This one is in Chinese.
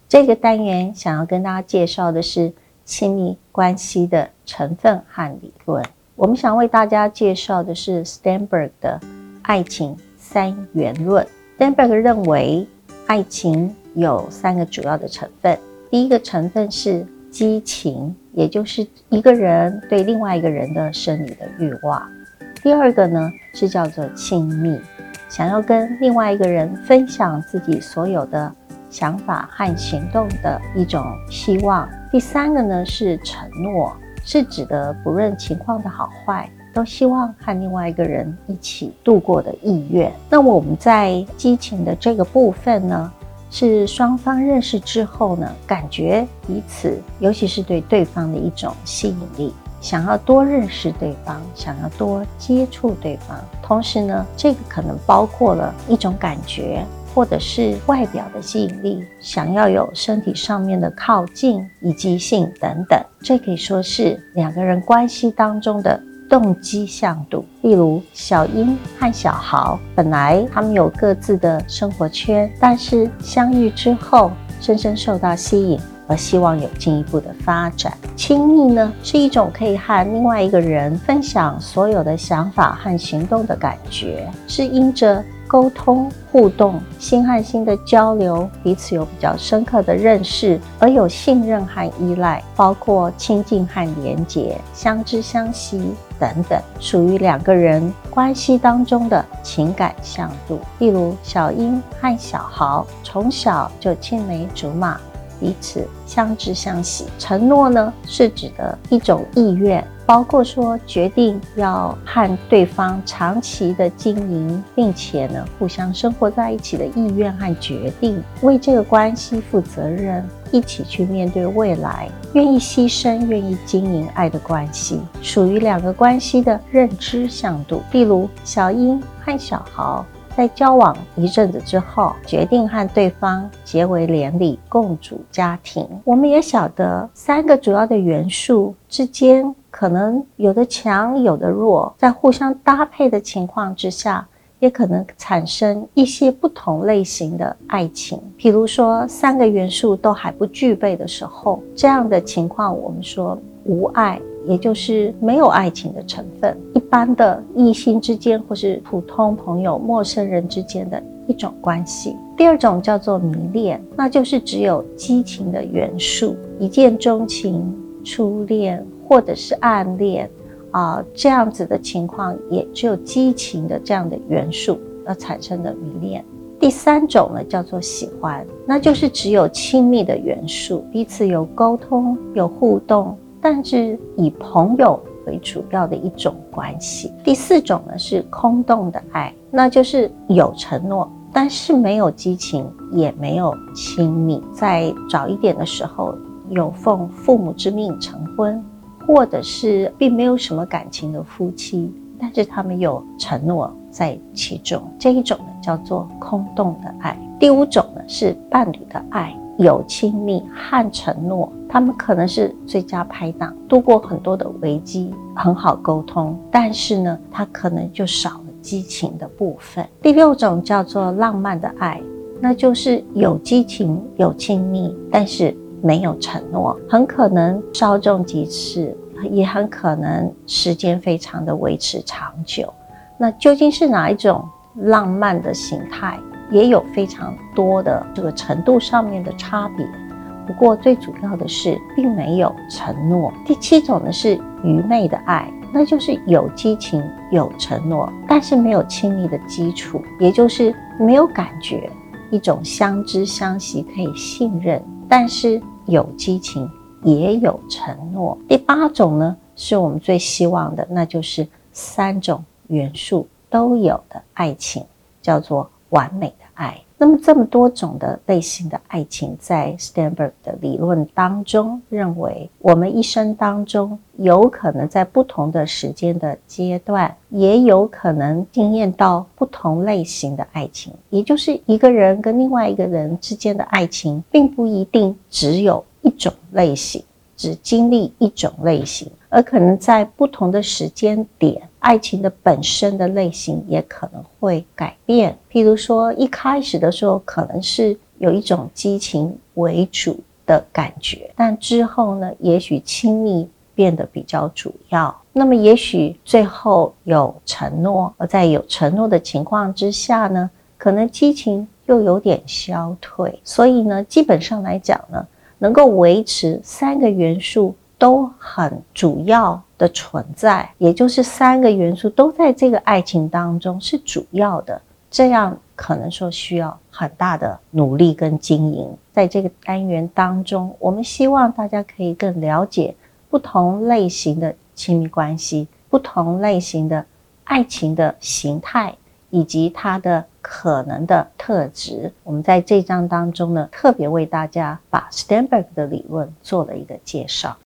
这个单元想要跟大家介绍的是亲密关系的成分和理论。我们想为大家介绍的是 Sternberg 的爱情三元论。 Sternberg 认为爱情有3个主要的成分。第一个成分是激情，也就是一个人对另外一个人的生理的欲望。第二个呢是叫做亲密，想要跟另外一个人分享自己所有的想法和行动的一种希望。第三个呢是承诺，是指的不论情况的好坏都希望和另外一个人一起度过的意愿。那我们在激情的这个部分呢，是双方认识之后呢，感觉彼此尤其是对对方的一种吸引力，想要多认识对方，想要多接触对方。同时呢，这个可能包括了一种感觉，或者是外表的吸引力，想要有身体上面的靠近以及性等等。这可以说是2个人关系当中的动机向度。例如小英和小豪，本来他们有各自的生活圈，但是相遇之后深深受到吸引，而希望有进一步的发展。亲密呢，是一种可以和另外一个人分享所有的想法和行动的感觉，是因着沟通互动，心和心的交流，彼此有比较深刻的认识，而有信任和依赖，包括亲近和连结，相知相惜等等，属于2个人关系当中的情感向度。例如小英和小豪从小就青梅竹马，彼此相知相惜。承诺呢，是指的一种意愿，包括说决定要和对方长期的经营，并且呢互相生活在一起的意愿和决定，为这个关系负责任，一起去面对未来，愿意牺牲，愿意经营爱的关系，属于2个关系的认知向度。例如小英和小豪在交往一阵子之后，决定和对方结为连理，共组家庭。我们也晓得3个主要的元素之间可能有的强有的弱，在互相搭配的情况之下，也可能产生一些不同类型的爱情。比如说3个元素都还不具备的时候，这样的情况我们说无爱，也就是没有爱情的成分，一般的异性之间或是普通朋友陌生人之间的一种关系。第二种叫做迷恋，那就是只有激情的元素，一见钟情、初恋或者是暗恋这样子的情况，也只有激情的这样的元素而产生的迷恋。第3种呢叫做喜欢，那就是只有亲密的元素，彼此有沟通有互动，但是以朋友为主要的一种关系。第4种呢是空洞的爱，那就是有承诺，但是没有激情，也没有亲密。在早一点的时候，有奉父母之命成婚，或者是并没有什么感情的夫妻，但是他们有承诺在其中，这一种呢叫做空洞的爱。第5种呢是伴侣的爱，有亲密和承诺，他们可能是最佳拍档，度过很多的危机，很好沟通，但是呢他可能就少了激情的部分。第6种叫做浪漫的爱，那就是有激情有亲密，但是没有承诺，很可能稍纵即逝，也很可能时间非常的维持长久。那究竟是哪一种浪漫的形态，也有非常多的这个程度上面的差别，不过最主要的是并没有承诺。第7种呢是愚昧的爱，那就是有激情有承诺，但是没有亲密的基础，也就是没有感觉，一种相知相惜可以信任，但是有激情也有承诺。第8种呢是我们最希望的，那就是3种元素都有的爱情，叫做完美的爱。那么这么多种的类型的爱情，在 Sternberg 的理论当中认为，我们一生当中有可能在不同的时间的阶段，也有可能经验到不同类型的爱情，也就是一个人跟另外一个人之间的爱情并不一定只有一种类型，只经历一种类型，而可能在不同的时间点，爱情的本身的类型也可能会改变。譬如说一开始的时候可能是有一种激情为主的感觉，但之后呢，也许亲密变得比较主要，那么也许最后有承诺，而在有承诺的情况之下呢，可能激情又有点消退。所以呢，基本上来讲呢，能够维持3个元素都很主要的存在，也就是3个元素都在这个爱情当中是主要的，这样可能说需要很大的努力跟经营。在这个单元当中，我们希望大家可以更了解不同类型的亲密关系，不同类型的爱情的形态，以及它的可能的特质。我们在这章当中呢，特别为大家把 Sternberg 的理论做了一个介绍。